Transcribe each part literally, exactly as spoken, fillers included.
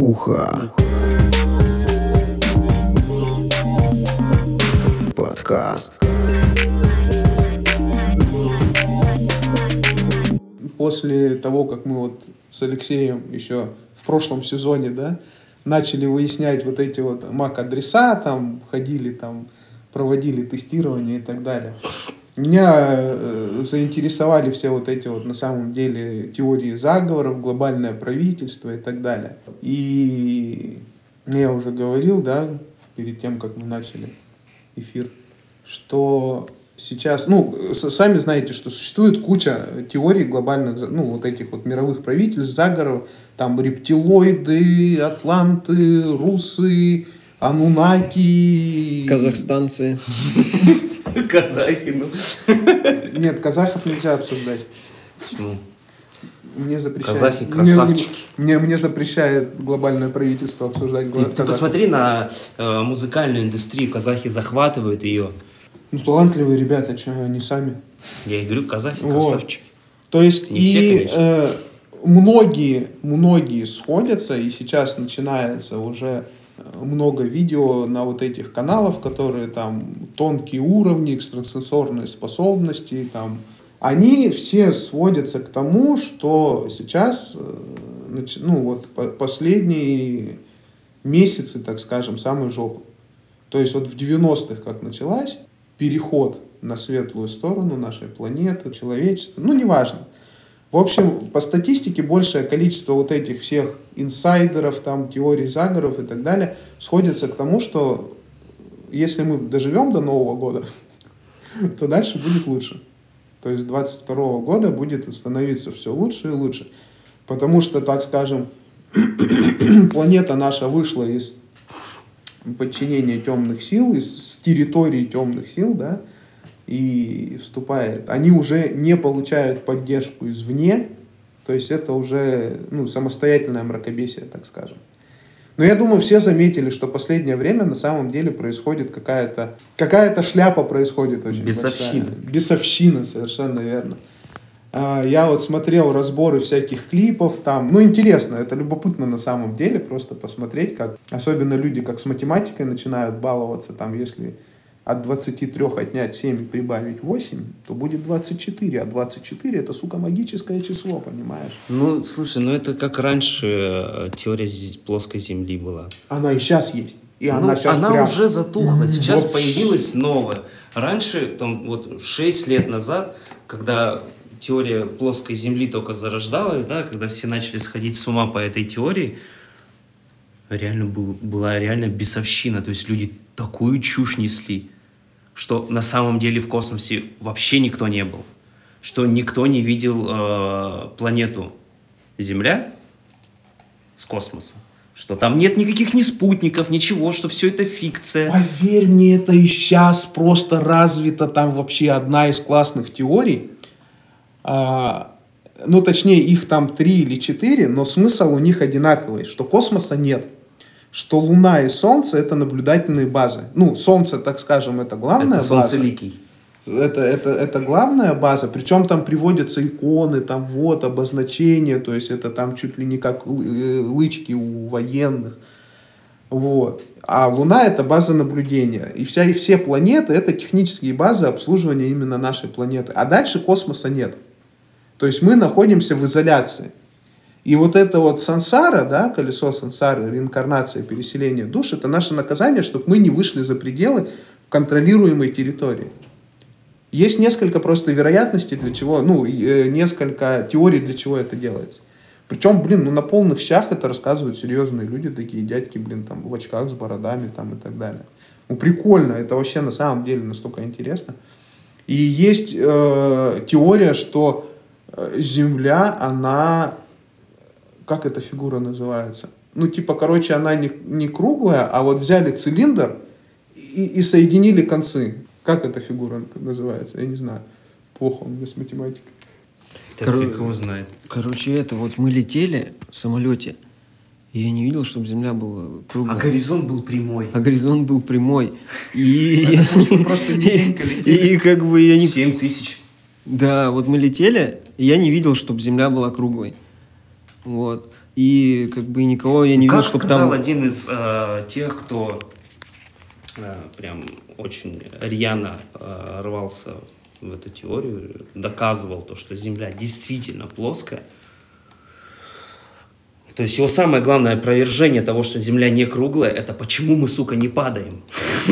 Муха. Подкаст. После того, как мы вот с Алексеем еще в прошлом сезоне, да, начали выяснять вот эти вот эм эй си-адреса, там, ходили, там, проводили тестирование и так далее. Меня э, заинтересовали все вот эти вот, на самом деле, теории заговоров, глобальное правительство и так далее. И я уже говорил, да, перед тем, как мы начали эфир, что сейчас, ну, сами знаете, что существует куча теорий глобальных, ну, вот этих вот мировых правительств, заговоров, там рептилоиды, атланты, русы, анунаки. Казахстанцы. Казахи, ну. Нет, казахов нельзя обсуждать. Почему? Мне запрещает. Казахи красавчики. Мне, мне, мне запрещает глобальное правительство обсуждать Ты, ты посмотри на э, музыкальную индустрию, казахи захватывают ее. Ну, талантливые ребята, что они сами. Я и говорю, казахи Вот. красавчики. То есть Не и все, э, многие, многие сходятся, и сейчас начинается уже много видео на вот этих каналах, которые там тонкие уровни, экстрасенсорные способности, там, они все сводятся к тому, что сейчас, ну вот последние месяцы, так скажем, самый жопа. То есть вот в девяностых как началась, переход на светлую сторону нашей планеты, человечества, ну неважно. В общем, по статистике большее количество вот этих всех инсайдеров, там, теорий заговоров и так далее сходится к тому, что если мы доживем до Нового года, то дальше будет лучше. То есть двадцать второго года будет становиться все лучше и лучше. Потому что, так скажем, планета наша вышла из подчинения темных сил, из, с территории темных сил, да, и вступает. Они уже не получают поддержку извне, то есть это уже, ну, самостоятельное мракобесие, так скажем. Но я думаю, все заметили, что в последнее время на самом деле происходит какая-то, какая-то шляпа происходит очень Бесовщина. большая. Бесовщина, совершенно верно. Я вот смотрел разборы всяких клипов там. Ну, интересно, это любопытно на самом деле, просто посмотреть, как особенно люди, как с математикой начинают баловаться, там, если от двадцати трёх отнять семь и прибавить восемь, то будет двадцать четыре, а двадцать четыре это, сука, магическое число, понимаешь? Ну, слушай, ну это как раньше теория плоской Земли была. Она и сейчас есть. И ну, она сейчас она прям... уже затухла, сейчас Вообще. появилась новая. Раньше, там, вот шесть лет назад, когда теория плоской Земли только зарождалась, да, когда все начали сходить с ума по этой теории, реально был, была реально бесовщина. То есть люди такую чушь несли, что на самом деле в космосе вообще никто не был. Что никто не видел э, планету Земля с космоса. Что там нет никаких ни спутников, ничего, что все это фикция. Поверь мне, это и сейчас просто развита там вообще одна из классных теорий. А, ну, точнее, их там три или четыре, но смысл у них одинаковый, что космоса нет. Что Луна и Солнце — это наблюдательные базы. Ну, Солнце, так скажем, это главная это база. солнцеликий. Это, это, это главная база. Причем там приводятся иконы, там вот обозначения, то есть это там чуть ли не как лычки у военных. Вот. А Луна — это база наблюдения. И, вся, и все планеты — это технические базы обслуживания именно нашей планеты. А дальше космоса нет. То есть мы находимся в изоляции. И вот это вот сансара, да, колесо сансары, реинкарнация, переселение душ, это наше наказание, чтобы мы не вышли за пределы контролируемой территории. Есть несколько просто вероятностей, для чего, ну, несколько теорий, для чего это делается. Причем, блин, ну на полных щах это рассказывают серьезные люди, такие дядьки, блин, там в очках с бородами там и так далее. Ну прикольно, это вообще на самом деле настолько интересно. И есть э, теория, что Земля, она... Как эта фигура называется? Ну, типа, короче, она не, не круглая, а вот взяли цилиндр и, и соединили концы. Как эта фигура называется? Я не знаю. Плохо у меня с математикой. Да Кор... фиг его знает. Короче, это вот мы летели в самолете, и я не видел, чтобы Земля была круглая. А горизонт был прямой. А горизонт был прямой. И... Просто низенько летели. И как бы я не... Семь тысяч. Да, вот мы летели, и я не видел, чтобы Земля была круглой. Вот. И как бы никого я не видел, Как чтобы сказал там... один из э, тех, кто э, прям очень рьяно э, рвался в эту теорию, доказывал то, что Земля действительно плоская. То есть его самое главное опровержение того, что Земля не круглая, это почему мы, сука, не падаем.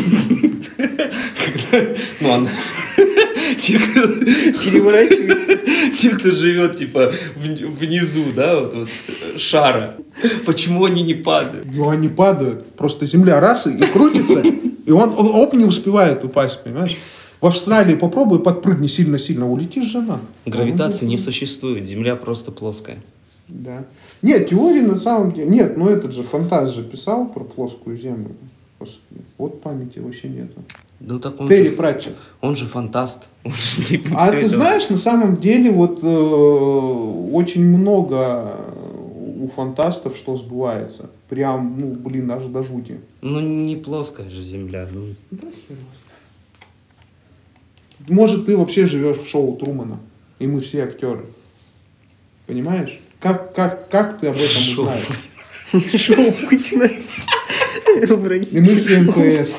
Ну, она... Те, кто переворачивается, те, кто живет, типа, внизу, да, вот, вот, шара, почему они не падают? Ну, они падают. Просто Земля раз и, и крутится, и он, он оп, не успевает упасть, понимаешь? В Австралии попробуй подпрыгни сильно-сильно, улетишь же на. Гравитации не существует, Земля просто плоская. Да. Нет, теории на самом деле... Нет, ну этот же Фантаз же писал про плоскую Землю. Господи, вот памяти вообще нету. Ну, так он Терри же, Пратчетт. он же фантаст. Он же, типа, А всё ты это- знаешь, на самом деле вот э, очень много у фантастов что сбывается. Прям, ну, блин, аж до жути. Ну, не плоская же Земля. Ну, Да хер его знает. Может, ты вообще живешь в шоу Трумана, и мы все актеры. Понимаешь? Как, как, как ты об этом Шоу. узнаешь? Шоу Путина в И России. мы все МКС.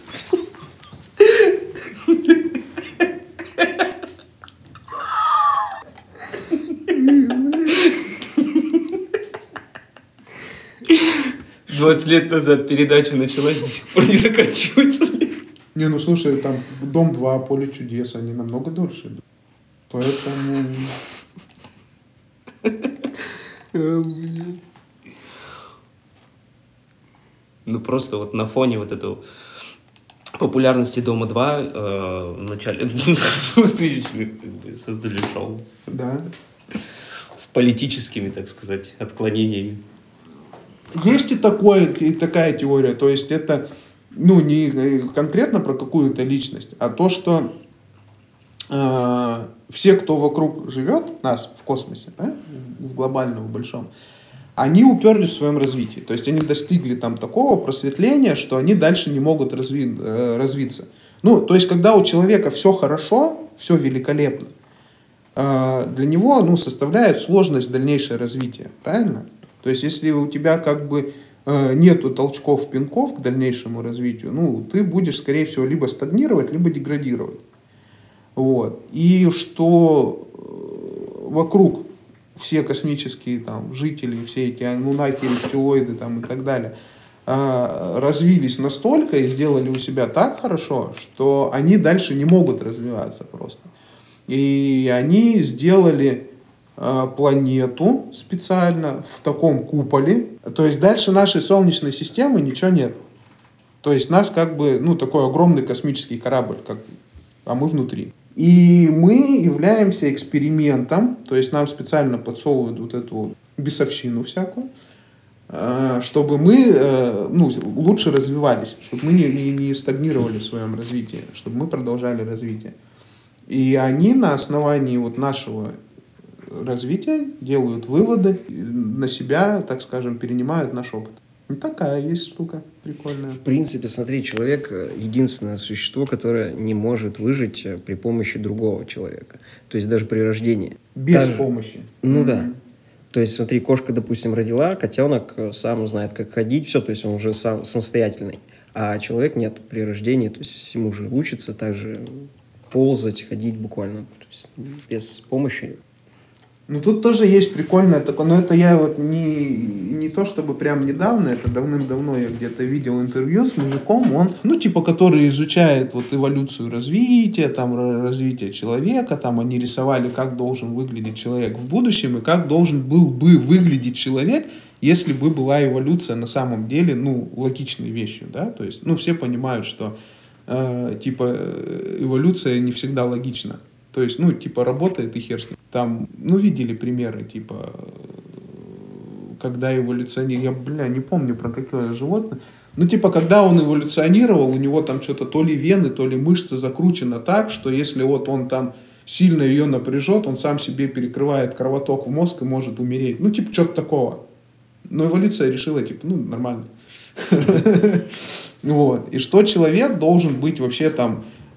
двадцать лет назад передача началась, до сих пор не заканчивается. Не, ну слушай, там Дом два, Поле чудес, они намного дольше идут. Поэтому... Ну, просто вот на фоне вот этого популярности Дома два э, в начале двухтысячных как бы создали шоу Да. с политическими, так сказать, отклонениями. Есть и, такое, и такая теория, то есть это ну, не конкретно про какую-то личность, а то, что э, все, кто вокруг живет, нас в космосе, да, в глобальном, в большом, они уперлись в своем развитии. То есть они достигли там такого просветления, что они дальше не могут разви, э, развиться. Ну, то есть когда у человека все хорошо, все великолепно, э, для него ну, составляет сложность дальнейшее развитие. Правильно? То есть если у тебя как бы э, нету толчков, пинков к дальнейшему развитию, ну, ты будешь, скорее всего, либо стагнировать, либо деградировать. Вот. И что э, вокруг все космические там, жители, все эти анунаки, рептилоиды там, и так далее, э, развились настолько и сделали у себя так хорошо, что они дальше не могут развиваться просто. И они сделали э, планету специально в таком куполе. То есть дальше нашей Солнечной системы ничего нет. То есть нас как бы, ну, такой огромный космический корабль, как, а мы внутри. И мы являемся экспериментом, то есть нам специально подсовывают вот эту вот бесовщину всякую, чтобы мы ну, лучше развивались, чтобы мы не, не, не стагнировали в своем развитии, чтобы мы продолжали развитие. И они на основании вот нашего развития делают выводы, на себя, так скажем, перенимают наш опыт. И такая есть штука прикольная. В принципе, смотри, человек — единственное существо, которое не может выжить при помощи другого человека. То есть даже при рождении. Без Даже... помощи. Ну Mm-hmm. да. То есть смотри, кошка, допустим, родила, котенок сам знает, как ходить, все, то есть он уже сам самостоятельный. А человек нет при рождении, то есть ему же учится также ползать, ходить буквально, то есть без помощи. Ну, тут тоже есть прикольное такое, но это я вот не, не то чтобы прям недавно, это давным-давно я где-то видел интервью с мужиком, он, ну, типа, который изучает вот эволюцию развития, там, развитие человека, там, они рисовали, как должен выглядеть человек в будущем и как должен был бы выглядеть человек, если бы была эволюция на самом деле, ну, логичной вещью, да, то есть, ну, все понимают, что, э, типа, эволюция не всегда логична. То есть, ну, типа, работает и хер с ним. Там, ну, видели примеры, типа, когда эволюционер... Я, бля, не помню, про какое животное. Ну, типа, когда он эволюционировал, у него там что-то то ли вены, то ли мышцы закручено так, что если вот он там сильно ее напряжет, он сам себе перекрывает кровоток в мозг и может умереть. Ну, типа, что-то такого. Но эволюция решила, типа, ну, нормально. Вот. И что человек должен быть вообще там...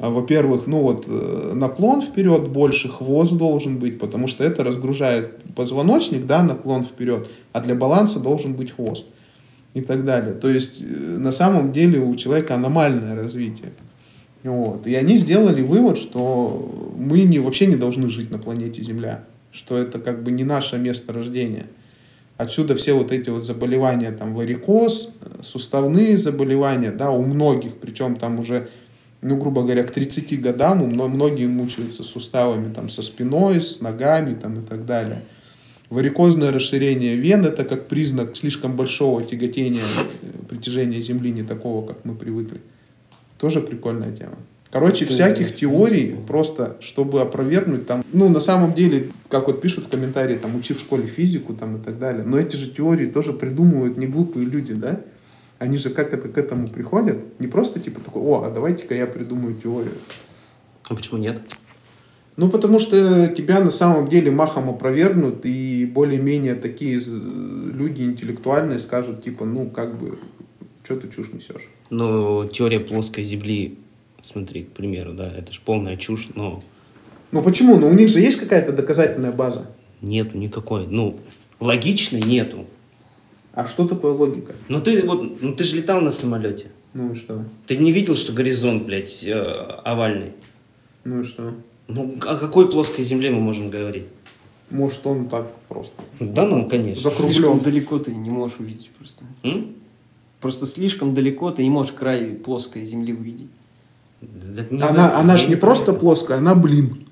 А, Во-первых, ну вот э, наклон вперед больше, хвост должен быть, потому что это разгружает позвоночник, да, наклон вперед, а для баланса должен быть хвост и так далее. То есть э, на самом деле у человека аномальное развитие. Вот. И они сделали вывод, что мы не, вообще не должны жить на планете Земля, что это как бы не наше место рождения. Отсюда все вот эти вот заболевания, там, варикоз, суставные заболевания, да, у многих, причем там уже, ну, грубо говоря, к тридцати годам у мно- многие мучаются суставами, там, со спиной, с ногами, там, и так далее. Варикозное расширение вен – это как признак слишком большого тяготения, э, притяжения Земли, не такого, как мы привыкли. Тоже прикольная тема. Короче, Это, всяких в теорий, принципе. просто чтобы опровергнуть, там, ну, на самом деле, как вот пишут в комментарии, там, учи в школе физику, там, и так далее, но эти же теории тоже придумывают не глупые люди, да? Они же как это к этому приходят, не просто типа такой, о, а давайте-ка я придумаю теорию. А почему нет? Ну, потому что тебя на самом деле махом опровергнут, и более-менее такие з- люди интеллектуальные скажут, типа, ну, как бы, что ты чушь несешь? Но теория плоской Земли, смотри, к примеру, да, это же полная чушь, но Ну, почему? Ну, у них же есть какая-то доказательная база. нету никакой. Ну, логичной нету. А что такое логика? Ну ты вот, ну ты же летал на самолете. Ну и что? Ты не видел, что горизонт, блядь, э, овальный? Ну и что? Ну, о какой плоской Земле мы можем говорить? Может, он так просто. Да ну, конечно. Закруглен. Слишком далеко ты не можешь увидеть просто. М? Просто слишком далеко ты не можешь край плоской земли увидеть. Да не Она, в- она я же не про просто это. плоская, она блин.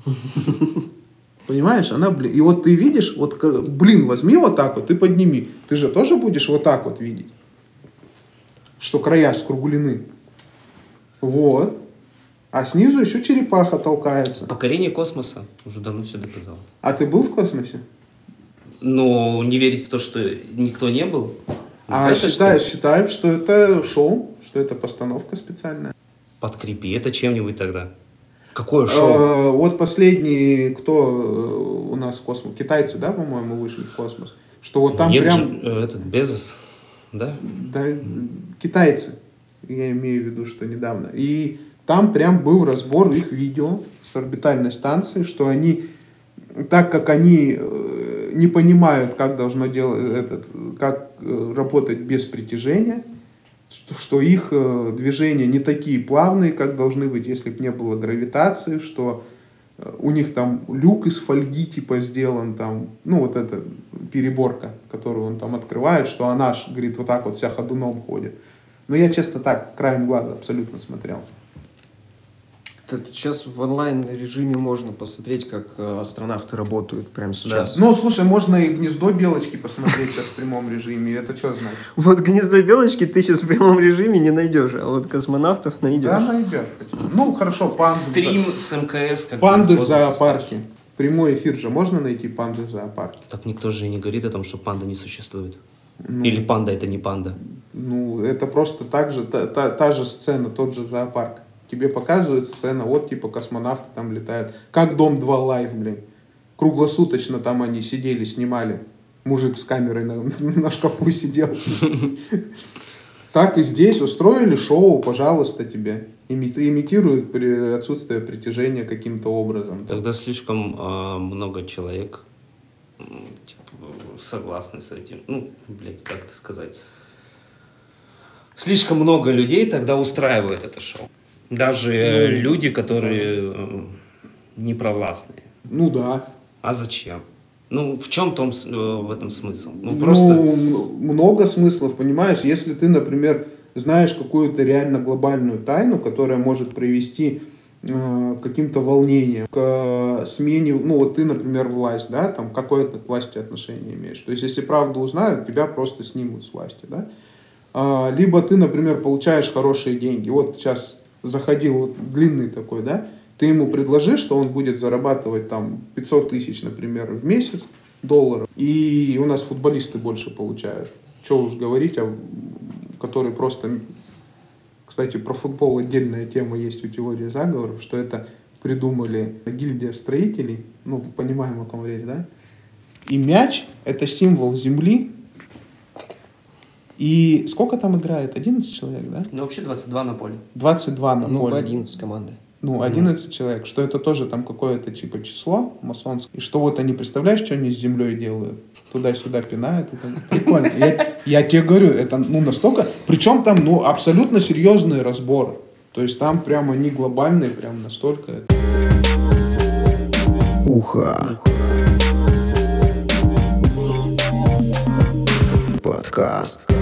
Понимаешь? Она блин. И вот ты видишь, вот к- блин, возьми вот так вот и подними. Ты же тоже будешь вот так вот видеть. Что края скруглены. Вот. А снизу еще черепаха толкается. Покорение космоса уже давно все доказало. А ты был в космосе? Но не верить в то, что никто не был. А это считают, что? считают, что это шоу, что это постановка специальная. Подкрепи это чем-нибудь тогда. Какое шоу? Э, Вот последний, кто э, у нас в космос, китайцы, да, по-моему, вышли в космос, что вот там Нет прям, же, э, этот Безос, да? да, китайцы, я имею в виду, что недавно, и там прям был разбор их видео с орбитальной станции, что они, так как они э, не понимают, как должно делать этот, как э, работать без притяжения, что, что их э, движения не такие плавные, как должны быть, если бы не было гравитации, что э, у них там люк из фольги типа сделан, там, ну вот эта переборка, которую он там открывает, что она, ж, говорит, вот так вот вся ходуном ходит. Но я, честно, так, краем глаза абсолютно смотрел. Сейчас в онлайн-режиме можно посмотреть, как э, астронавты работают прямо сейчас. Ну, слушай, можно и гнездо белочки посмотреть сейчас в прямом режиме. Это что значит? Вот гнездо белочки ты сейчас в прямом режиме не найдешь, а вот космонавтов найдешь. Да, найдешь. Ну, хорошо, панды. в Стрим с МКС. Как Панды бы, в зоопарке. Прямой эфир же можно найти панды в зоопарке? Так никто же и не говорит о том, что панда не существует. Ну, Или панда это не панда. Ну, это просто так же, та, та, та же сцена, тот же зоопарк. Тебе показывают сцена, вот типа космонавты там летают. Как Дом два лайв, блин. Круглосуточно там они сидели, снимали. Мужик с камерой на, на шкафу сидел. Так и здесь устроили шоу, пожалуйста, тебе. Имит- Имитируют при отсутствие притяжения каким-то образом. Тогда слишком а, много человек м, типа, согласны с этим. Ну, блядь, как это сказать? Слишком много людей тогда устраивает это шоу. Даже э, Ну, люди, которые э, не провластные. Ну да. А зачем? Ну, в чем том, с- э, в этом смысл? Ну, Ну, просто... м- много смыслов, понимаешь? Если ты, например, знаешь какую-то реально глобальную тайну, которая может привести э, к каким-то волнениям, к э, смене, ну вот ты, например, власть, да, там какое-то к власти отношение имеешь. То есть, если правду узнают, тебя просто снимут с власти, да. А, либо ты, например, получаешь хорошие деньги. Вот сейчас заходил вот длинный такой, да, ты ему предложишь, что он будет зарабатывать там пятьсот тысяч, например, в месяц долларов, и у нас футболисты больше получают. Что уж говорить, а которые просто... Кстати, про футбол отдельная тема есть у теории заговоров, что это придумали гильдия строителей, ну, понимаем, о ком речь, да? И мяч — это символ земли. И сколько там играет? одиннадцать человек, да? Ну, вообще двадцать два на поле. двадцать два на Ну, по поле. одиннадцать команды. Ну, одиннадцать человек, что это тоже там какое-то типа число масонское, и что вот они, представляешь, что они с землей делают? Туда-сюда пинают. Это прикольно. Я, я тебе говорю, это ну настолько... Причем там ну абсолютно серьезные разборы. То есть там прям они глобальные, прям настолько... Уха. Подкаст.